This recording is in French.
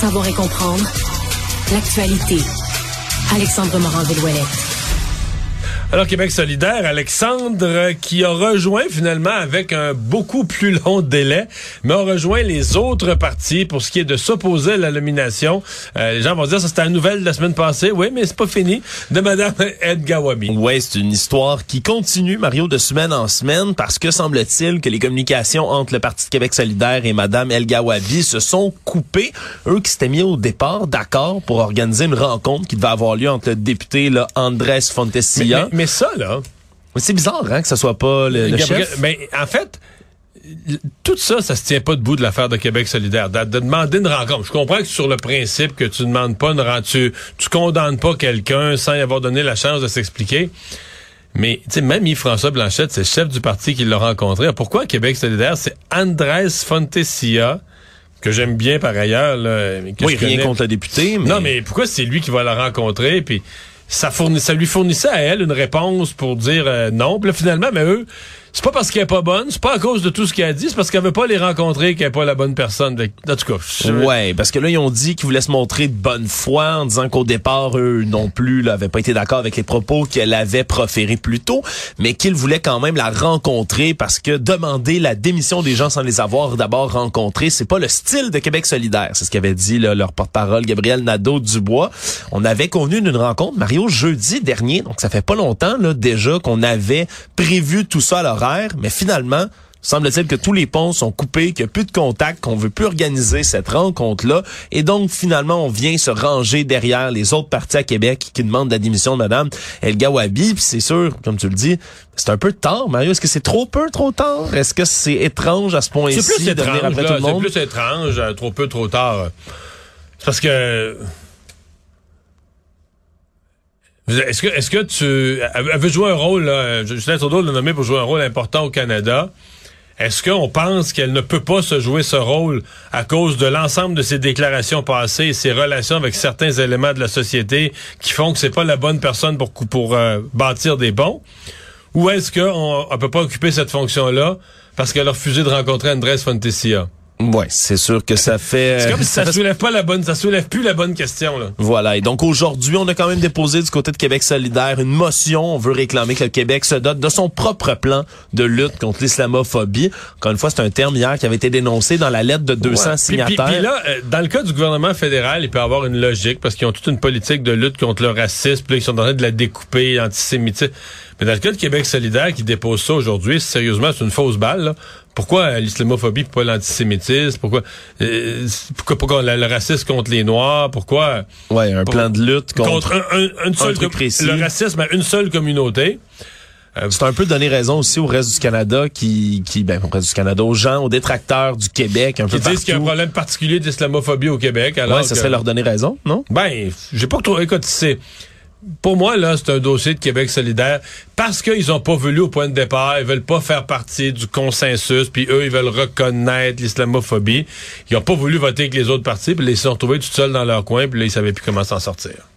Savoir et comprendre l'actualité. Alexandre Morin-Villouellette. Alors, Québec solidaire, Alexandre, qui a rejoint finalement avec un beaucoup plus long délai, mais a rejoint les autres partis pour ce qui est de s'opposer à la nomination. Les gens vont dire, ça c'était la nouvelle de la semaine passée. Oui, mais c'est pas fini. De Mme El-Gawabi. Oui, c'est une histoire qui continue, Mario, de semaine en semaine, parce que semble-t-il que les communications entre le Parti de Québec solidaire et Mme El-Gawabi se sont coupées. Eux qui s'étaient mis au départ d'accord pour organiser une rencontre qui devait avoir lieu entre le député là, Andrés Fontecilla. Mais ça, là... C'est bizarre, hein, que ça soit pas le chef. Mais en fait, tout ça se tient pas debout de l'affaire de Québec solidaire. De demander une rencontre. Je comprends que sur le principe que tu demandes pas une rencontre, tu condamnes pas quelqu'un sans y avoir donné la chance de s'expliquer. Mais, tu sais, même Yves-François Blanchette, c'est le chef du parti qui l'a rencontré. Pourquoi Québec solidaire? C'est Andrés Fontecilla, que j'aime bien par ailleurs. Là, oui, rien contre le député. Mais... Non, mais pourquoi c'est lui qui va la rencontrer? Puis ça lui fournissait à elle une réponse pour dire non. Puis là, finalement, mais eux, c'est pas parce qu'elle est pas bonne, c'est pas à cause de tout ce qu'elle a dit, c'est parce qu'elle veut pas les rencontrer qu'elle est pas la bonne personne. En tout cas, ouais, parce que là, ils ont dit qu'ils voulaient se montrer de bonne foi en disant qu'au départ, eux non plus n'avaient pas été d'accord avec les propos qu'elle avait proférés plus tôt, mais qu'ils voulaient quand même la rencontrer parce que demander la démission des gens sans les avoir d'abord rencontrés, c'est pas le style de Québec solidaire. C'est ce qu'avait dit là, leur porte-parole Gabriel Nadeau-Dubois. On avait convenu d'une rencontre, Mario, jeudi dernier, donc ça fait pas longtemps là déjà qu'on avait prévu tout ça à l'horaire. Mais finalement, semble-t-il que tous les ponts sont coupés, qu'il n'y a plus de contact, qu'on veut plus organiser cette rencontre-là. Et donc, finalement, on vient se ranger derrière les autres partis à Québec qui demandent la démission de Mme El-Gawabi. Puis c'est sûr, comme tu le dis, c'est un peu tard, Mario. Est-ce que c'est trop peu, trop tard? Est-ce que c'est étrange à ce point-ci? C'est plus étrange, après tout le monde? C'est plus étrange, trop peu, trop tard. C'est parce que... Est-ce que tu... Elle veut jouer un rôle, là, Justin Trudeau l'a nommé pour jouer un rôle important au Canada. Est-ce qu'on pense qu'elle ne peut pas se jouer ce rôle à cause de l'ensemble de ses déclarations passées et ses relations avec certains éléments de la société qui font que c'est pas la bonne personne pour bâtir des ponts? Ou est-ce qu'on ne peut pas occuper cette fonction-là parce qu'elle a refusé de rencontrer Andrés Fontecilla? Ouais, c'est sûr que ça fait... C'est comme si ça soulève plus la bonne question, là. Voilà. Et donc, aujourd'hui, on a quand même déposé du côté de Québec solidaire une motion. On veut réclamer que le Québec se dote de son propre plan de lutte contre l'islamophobie. Encore une fois, c'est un terme hier qui avait été dénoncé dans la lettre de 200 signataires. Puis là, dans le cas du gouvernement fédéral, il peut y avoir une logique parce qu'ils ont toute une politique de lutte contre le racisme. Puis là, ils sont en train de la découper, antisémitisme. Mais dans le cas de Québec solidaire qui dépose ça aujourd'hui, sérieusement, c'est une fausse balle, là. Pourquoi l'islamophobie, pourquoi l'antisémitisme, pourquoi le racisme contre les Noirs, pourquoi... Ouais, un plan de lutte contre un truc précis. Le racisme à une seule communauté. C'est un peu donner raison aussi au reste du Canada au reste du Canada, aux gens, aux détracteurs du Québec, un peu partout. Qui disent qu'il y a un problème particulier d'islamophobie au Québec. Alors ça serait leur donner raison, non? Ben, j'ai pas trop... Écoute, pour moi, là, c'est un dossier de Québec solidaire parce qu'ils ont pas voulu au point de départ, ils veulent pas faire partie du consensus, puis eux, ils veulent reconnaître l'islamophobie. Ils ont pas voulu voter avec les autres partis, puis ils se sont retrouvés tout seuls dans leur coin, puis là, ils savaient plus comment s'en sortir.